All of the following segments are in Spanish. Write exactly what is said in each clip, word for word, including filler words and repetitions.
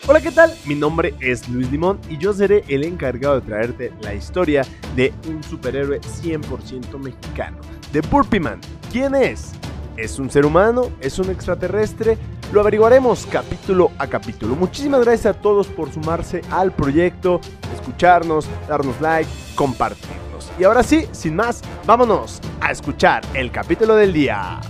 Hola, ¿qué tal? Mi nombre es Luis Limón y yo seré el encargado de traerte la historia de un superhéroe cien por ciento mexicano, de Burpee Man. ¿Quién es? ¿Es un ser humano? ¿Es un extraterrestre? Lo averiguaremos capítulo a capítulo. Muchísimas gracias a todos por sumarse al proyecto, escucharnos, darnos like, compartirnos. Y ahora sí, sin más, vámonos a escuchar el capítulo del día.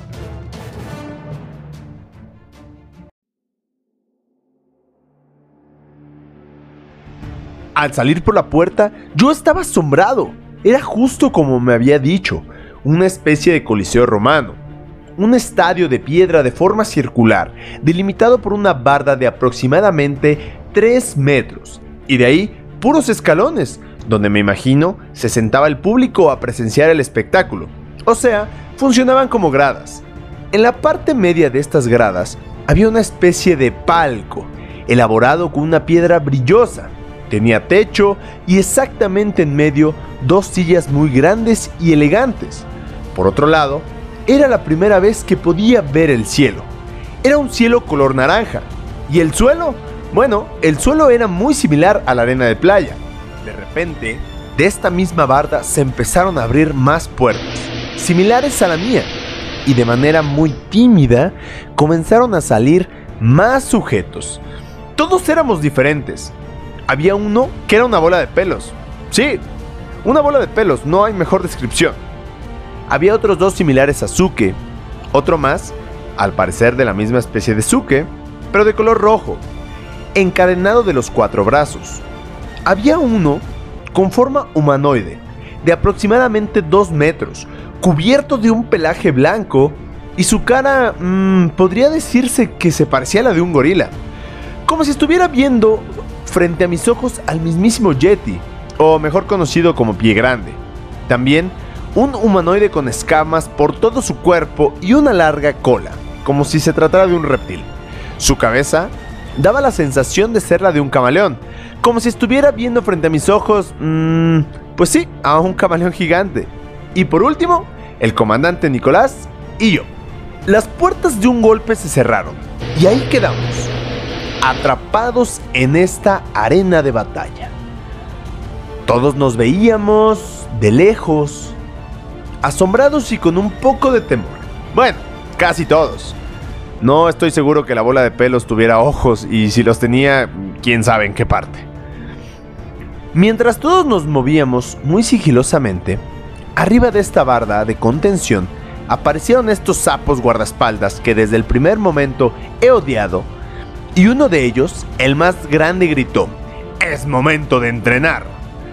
Al salir por la puerta, yo estaba asombrado. Era justo como me había dicho, una especie de coliseo romano. Un estadio de piedra de forma circular, delimitado por una barda de aproximadamente tres metros. Y de ahí, puros escalones, donde me imagino se sentaba el público a presenciar el espectáculo. O sea, funcionaban como gradas. En la parte media de estas gradas, había una especie de palco, elaborado con una piedra brillosa. Tenía techo y exactamente en medio dos sillas muy grandes y elegantes. Por otro lado, era la primera vez que podía ver el cielo. Era un cielo color naranja. ¿Y el suelo? Bueno, el suelo era muy similar a la arena de playa. De repente, de esta misma barda se empezaron a abrir más puertas, similares a la mía. Y de manera muy tímida, comenzaron a salir más sujetos. Todos éramos diferentes. Había uno que era una bola de pelos. Sí, una bola de pelos, no hay mejor descripción. Había otros dos similares a Suke, otro más, al parecer de la misma especie de Suke, pero de color rojo, encadenado de los cuatro brazos. Había uno con forma humanoide, de aproximadamente dos metros, cubierto de un pelaje blanco, y su cara, mmm, podría decirse que se parecía a la de un gorila, como si estuviera viendo frente a mis ojos al mismísimo Yeti, o mejor conocido como Pie Grande. También un humanoide con escamas por todo su cuerpo y una larga cola, como si se tratara de un reptil. Su cabeza daba la sensación de ser la de un camaleón, como si estuviera viendo frente a mis ojos, mmm, pues sí, a un camaleón gigante. Y por último, el comandante Nicolás y yo. Las puertas de un golpe se cerraron, y ahí quedamos, atrapados en esta arena de batalla. Todos nos veíamos de lejos, asombrados y con un poco de temor. Bueno, casi todos. No estoy seguro que la bola de pelos tuviera ojos, y si los tenía, quién sabe en qué parte. Mientras todos nos movíamos muy sigilosamente, arriba de esta barda de contención aparecieron estos sapos guardaespaldas que desde el primer momento he odiado. Y uno de ellos, el más grande, gritó: ¡es momento de entrenar!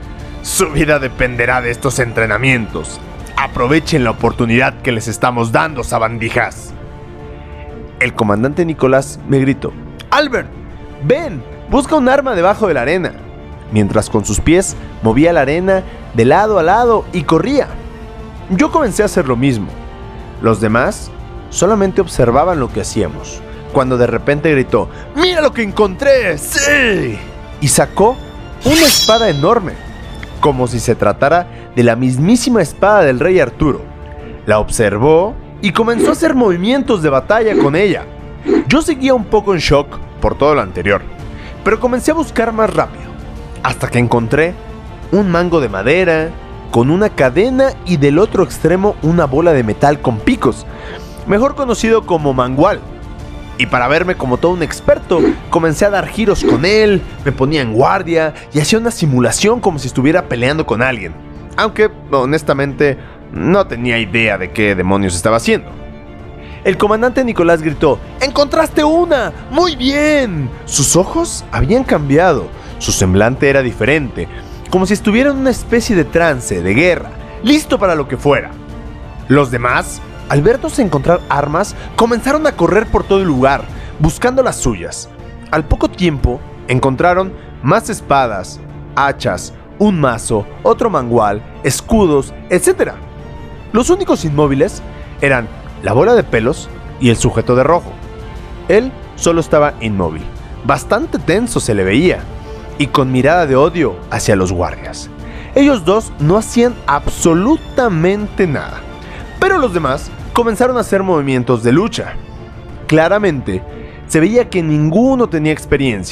Su vida dependerá de estos entrenamientos. Aprovechen la oportunidad que les estamos dando, sabandijas. El comandante Nicolás me gritó: ¡Albert! ¡Ven! Busca un arma debajo de la arena. Mientras con sus pies movía la arena de lado a lado y corría. Yo comencé a hacer lo mismo. Los demás solamente observaban lo que hacíamos, cuando de repente gritó: ¡mira lo que encontré! ¡Sí! Y sacó una espada enorme, como si se tratara de la mismísima espada del rey Arturo. La observó y comenzó a hacer movimientos de batalla con ella. Yo seguía un poco en shock por todo lo anterior, pero comencé a buscar más rápido, hasta que encontré un mango de madera con una cadena y del otro extremo una bola de metal con picos, mejor conocido como mangual. Y para verme como todo un experto, comencé a dar giros con él, me ponía en guardia y hacía una simulación como si estuviera peleando con alguien. Aunque, honestamente, no tenía idea de qué demonios estaba haciendo. El comandante Nicolás gritó: ¡encontraste una! ¡Muy bien! Sus ojos habían cambiado, su semblante era diferente, como si estuviera en una especie de trance, de guerra, listo para lo que fuera. Los demás, al vernos encontrar armas, comenzaron a correr por todo el lugar, buscando las suyas. Al poco tiempo, encontraron más espadas, hachas, un mazo, otro mangual, escudos, etcétera. Los únicos inmóviles eran la bola de pelos y el sujeto de rojo. Él solo estaba inmóvil, bastante tenso se le veía, y con mirada de odio hacia los guardias. Ellos dos no hacían absolutamente nada, pero los demás comenzaron a hacer movimientos de lucha. Claramente, se veía que ninguno tenía experiencia,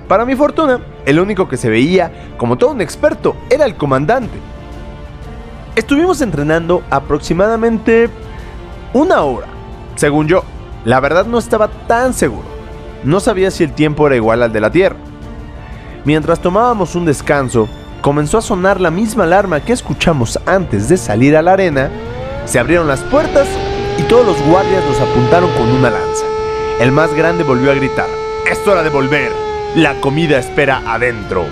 Para mi fortuna, el único que se veía como todo un experto era el comandante. Estuvimos entrenando aproximadamente una hora, según yo. La verdad no estaba tan seguro. No sabía si el tiempo era igual al de la Tierra. Mientras tomábamos un descanso, comenzó a sonar la misma alarma que escuchamos antes de salir a la arena. Se abrieron las puertas y todos los guardias nos apuntaron con una lanza. El más grande volvió a gritar: ¡Es hora de volver! ¡La comida espera adentro!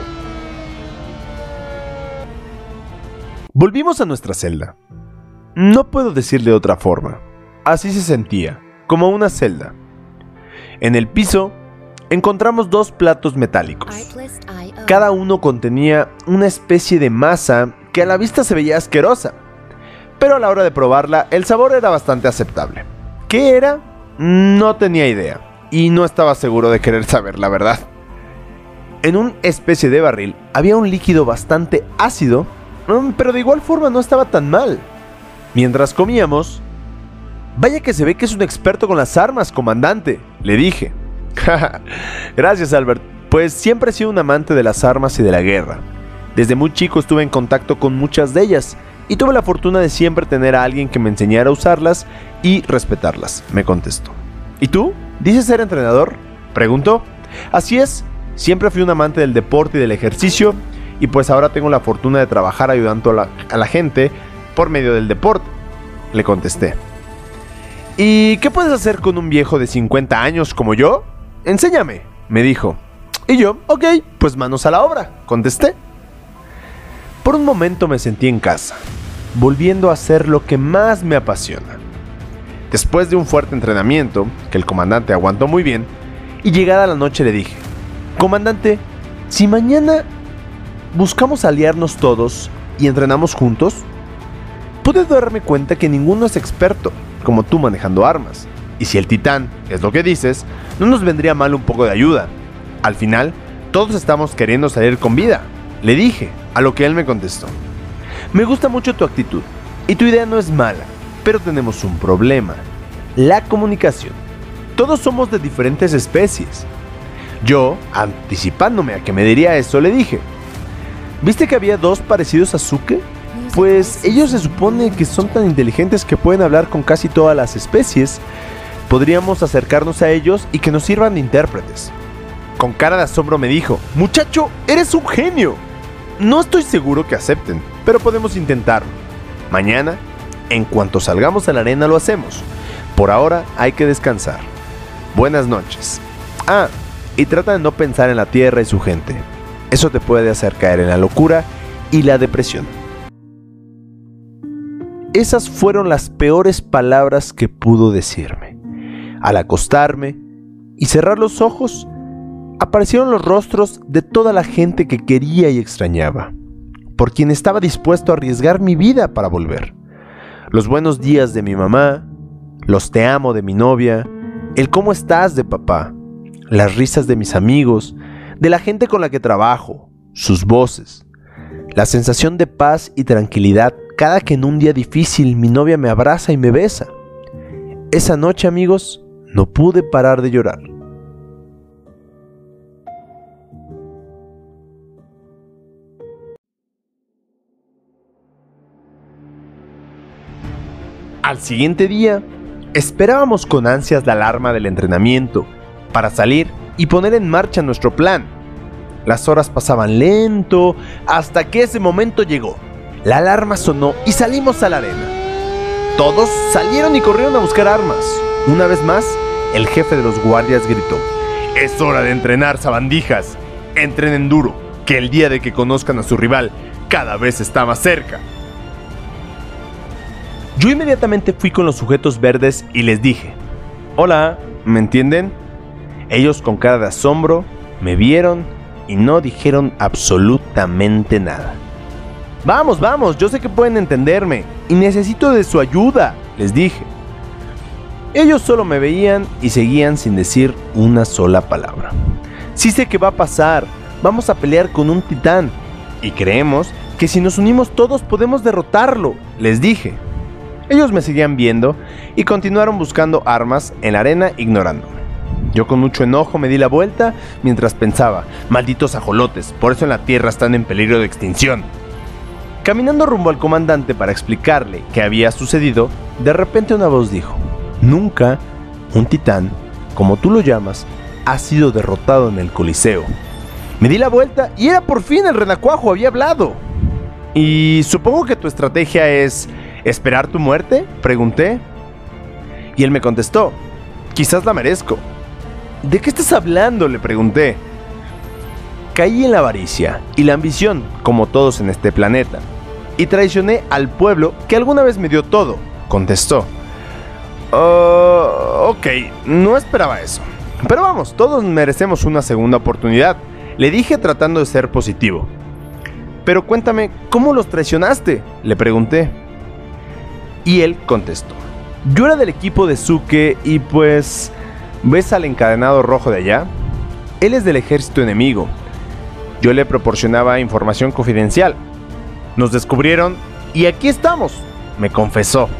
Volvimos a nuestra celda. No puedo decir de otra forma. Así se sentía, como una celda. En el piso encontramos dos platos metálicos. Cada uno contenía una especie de masa que a la vista se veía asquerosa, pero a la hora de probarla el sabor era bastante aceptable. ¿Qué era? No tenía idea, y no estaba seguro de querer saber la verdad. En una especie de barril había un líquido bastante ácido, pero de igual forma no estaba tan mal. Mientras comíamos: «Vaya que se ve que es un experto con las armas, comandante», le dije. «Gracias, Albert, pues siempre he sido un amante de las armas y de la guerra. Desde muy chico estuve en contacto con muchas de ellas, y tuve la fortuna de siempre tener a alguien que me enseñara a usarlas y respetarlas», me contestó. «¿Y tú? ¿Dices ser entrenador?», preguntó. «Así es, siempre fui un amante del deporte y del ejercicio, y pues ahora tengo la fortuna de trabajar ayudando a la, a la gente por medio del deporte», le contesté. «¿Y qué puedes hacer con un viejo de cincuenta años como yo? Enséñame», me dijo. Y yo: «Ok, pues manos a la obra», contesté. Por un momento me sentí en casa, volviendo a hacer lo que más me apasiona. Después de un fuerte entrenamiento, que el comandante aguantó muy bien, y llegada la noche le dije: «Comandante, si mañana buscamos aliarnos todos y entrenamos juntos, pude darme cuenta que ninguno es experto, como tú manejando armas. Y si el titán es lo que dices, no nos vendría mal un poco de ayuda. Al final, todos estamos queriendo salir con vida», le dije, a lo que él me contestó: «Me gusta mucho tu actitud, y tu idea no es mala, pero tenemos un problema: la comunicación. Todos somos de diferentes especies». Yo, anticipándome a que me diría eso, le dije: «¿Viste que había dos parecidos a Suke? Pues ellos se supone que son tan inteligentes que pueden hablar con casi todas las especies. Podríamos acercarnos a ellos y que nos sirvan de intérpretes». Con cara de asombro me dijo: «Muchacho, eres un genio». No estoy seguro que acepten, pero podemos intentarlo. Mañana, en cuanto salgamos a la arena, lo hacemos. Por ahora hay que descansar. Buenas noches. Ah, y trata de no pensar en la tierra y su gente. Eso te puede hacer caer en la locura y la depresión». Esas fueron las peores palabras que pudo decirme. Al acostarme y cerrar los ojos, aparecieron los rostros de toda la gente que quería y extrañaba, por quien estaba dispuesto a arriesgar mi vida para volver. Los buenos días de mi mamá, los te amo de mi novia, el cómo estás de papá, las risas de mis amigos, de la gente con la que trabajo, sus voces, la sensación de paz y tranquilidad cada que en un día difícil mi novia me abraza y me besa. Esa noche, amigos, no pude parar de llorar. Al siguiente día, esperábamos con ansias la alarma del entrenamiento para salir y poner en marcha nuestro plan. Las horas pasaban lento hasta que ese momento llegó. La alarma sonó y salimos a la arena. Todos salieron y corrieron a buscar armas. Una vez más, el jefe de los guardias gritó: «Es hora de entrenar, sabandijas. Entrenen duro, que el día de que conozcan a su rival cada vez está más cerca». Yo inmediatamente fui con los sujetos verdes y les dije: «Hola, ¿me entienden?». Ellos, con cara de asombro, me vieron y no dijeron absolutamente nada. «Vamos, vamos, yo sé que pueden entenderme y necesito de su ayuda», les dije. Ellos solo me veían y seguían sin decir una sola palabra. «Sí sé que va a pasar, vamos a pelear con un titán y creemos que si nos unimos todos podemos derrotarlo», les dije. Ellos me seguían viendo y continuaron buscando armas en la arena ignorándome. Yo con mucho enojo me di la vuelta mientras pensaba, malditos ajolotes, por eso en la Tierra están en peligro de extinción. Caminando rumbo al comandante para explicarle qué había sucedido, de repente una voz dijo, nunca un titán, como tú lo llamas, ha sido derrotado en el Coliseo. Me di la vuelta y era por fin el renacuajo, había hablado. ¿Y supongo que tu estrategia es esperar tu muerte?, pregunté. Y él me contestó, quizás la merezco. ¿De qué estás hablando?, le pregunté. Caí en la avaricia y la ambición, como todos en este planeta, y traicioné al pueblo que alguna vez me dio todo, contestó. Uh, ok, no esperaba eso. Pero vamos, todos merecemos una segunda oportunidad, le dije tratando de ser positivo. Pero cuéntame, ¿cómo los traicionaste?, le pregunté. Y él contestó. Yo era del equipo de Suke y pues... ¿ves al encadenado rojo de allá? Él es del ejército enemigo. Yo le proporcionaba información confidencial. Nos descubrieron y aquí estamos, me confesó.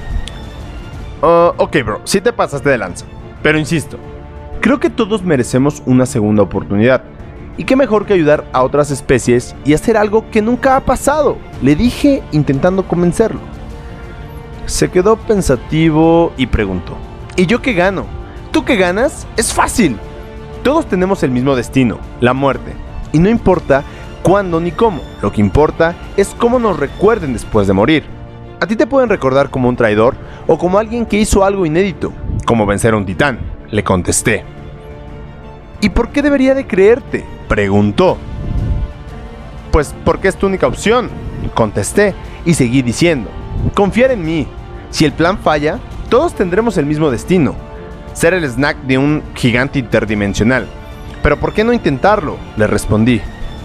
Uh, ok bro, sí te pasaste de lanza. Pero insisto, creo que todos merecemos una segunda oportunidad. Y qué mejor que ayudar a otras especies y hacer algo que nunca ha pasado, le dije intentando convencerlo. Se quedó pensativo y preguntó, ¿y yo qué gano? ¿Tú qué ganas? Es fácil. Todos tenemos el mismo destino, la muerte. Y no importa cuándo ni cómo, lo que importa es cómo nos recuerden después de morir. A ti te pueden recordar como un traidor o como alguien que hizo algo inédito, como vencer a un titán, le contesté. ¿Y por qué debería de creerte?, preguntó. Pues porque es tu única opción, contesté y seguí diciendo. Confiar en mí. Si el plan falla, todos tendremos el mismo destino. Ser el snack de un gigante interdimensional. ¿Pero por qué no intentarlo?, le respondí.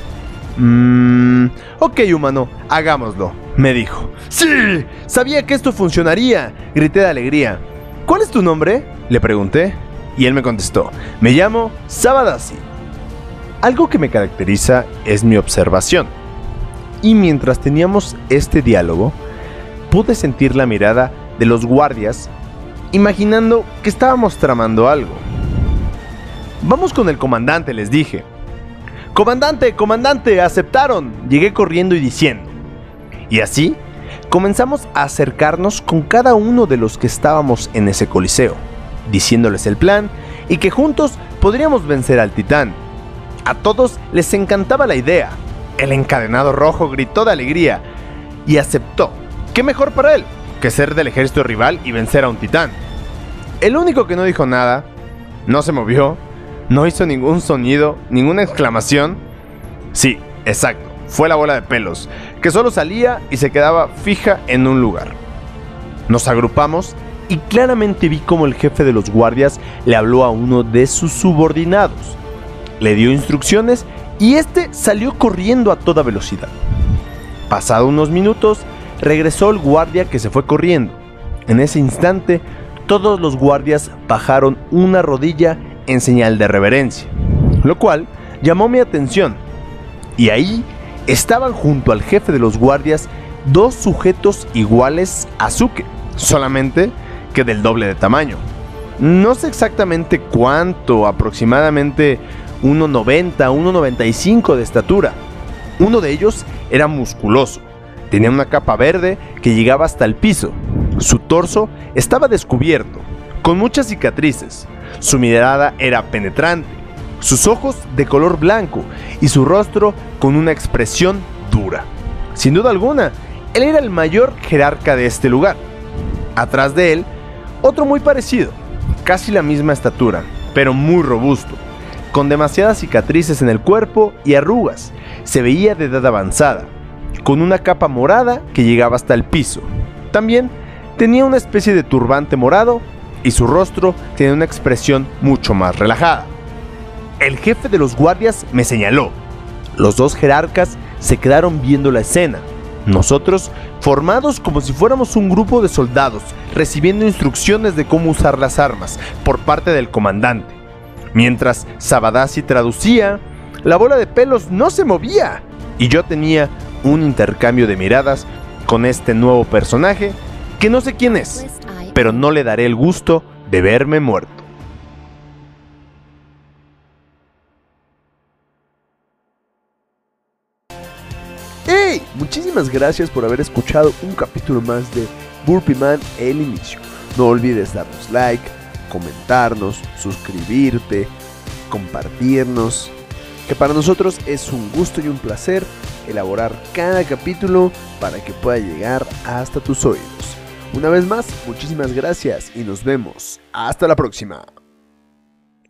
Mmm... Ok, humano, hagámoslo, me dijo. ¡Sí! Sabía que esto funcionaría, grité de alegría. ¿Cuál es tu nombre?, le pregunté. Y él me contestó, me llamo Sabadashi. Algo que me caracteriza es mi observación. Y mientras teníamos este diálogo, pude sentir la mirada de los guardias, imaginando que estábamos tramando algo. Vamos con el comandante, les dije. Comandante, comandante, aceptaron, llegué corriendo y diciendo. Y así, comenzamos a acercarnos con cada uno de los que estábamos en ese coliseo, diciéndoles el plan y que juntos podríamos vencer al titán. A todos les encantaba la idea. El encadenado rojo gritó de alegría y aceptó. ¿Qué mejor para él que ser del ejército rival y vencer a un titán? El único que no dijo nada, no se movió, no hizo ningún sonido, ninguna exclamación. Sí, exacto, fue la bola de pelos, que solo salía y se quedaba fija en un lugar. Nos agrupamos y claramente vi cómo el jefe de los guardias le habló a uno de sus subordinados. Le dio instrucciones y este salió corriendo a toda velocidad. Pasado unos minutos, regresó el guardia que se fue corriendo. En ese instante, todos los guardias bajaron una rodilla en señal de reverencia, lo cual llamó mi atención. Y ahí estaban junto al jefe de los guardias dos sujetos iguales a Suke, solamente que del doble de tamaño. No sé exactamente cuánto, aproximadamente uno noventa, uno noventa y cinco de estatura. Uno de ellos era musculoso, tenía una capa verde que llegaba hasta el piso. Su torso estaba descubierto, con muchas cicatrices. Su mirada era penetrante, sus ojos de color blanco y su rostro con una expresión dura. Sin duda alguna, él era el mayor jerarca de este lugar. Atrás de él, otro muy parecido, casi la misma estatura, pero muy robusto, con demasiadas cicatrices en el cuerpo y arrugas. Se veía de edad avanzada, con una capa morada que llegaba hasta el piso. También tenía una especie de turbante morado y su rostro tenía una expresión mucho más relajada. El jefe de los guardias me señaló. Los dos jerarcas se quedaron viendo la escena. Nosotros, formados como si fuéramos un grupo de soldados, recibiendo instrucciones de cómo usar las armas por parte del comandante. Mientras Sabadashi traducía, la bola de pelos no se movía y yo tenía un intercambio de miradas con este nuevo personaje que no sé quién es, pero no le daré el gusto de verme muerto. Hey, muchísimas gracias por haber escuchado un capítulo más de Burpee Man El Inicio. No olvides darnos like, comentarnos, suscribirte, compartirnos, que para nosotros es un gusto y un placer elaborar cada capítulo para que pueda llegar hasta tus oídos. Una vez más, muchísimas gracias y nos vemos. Hasta la próxima.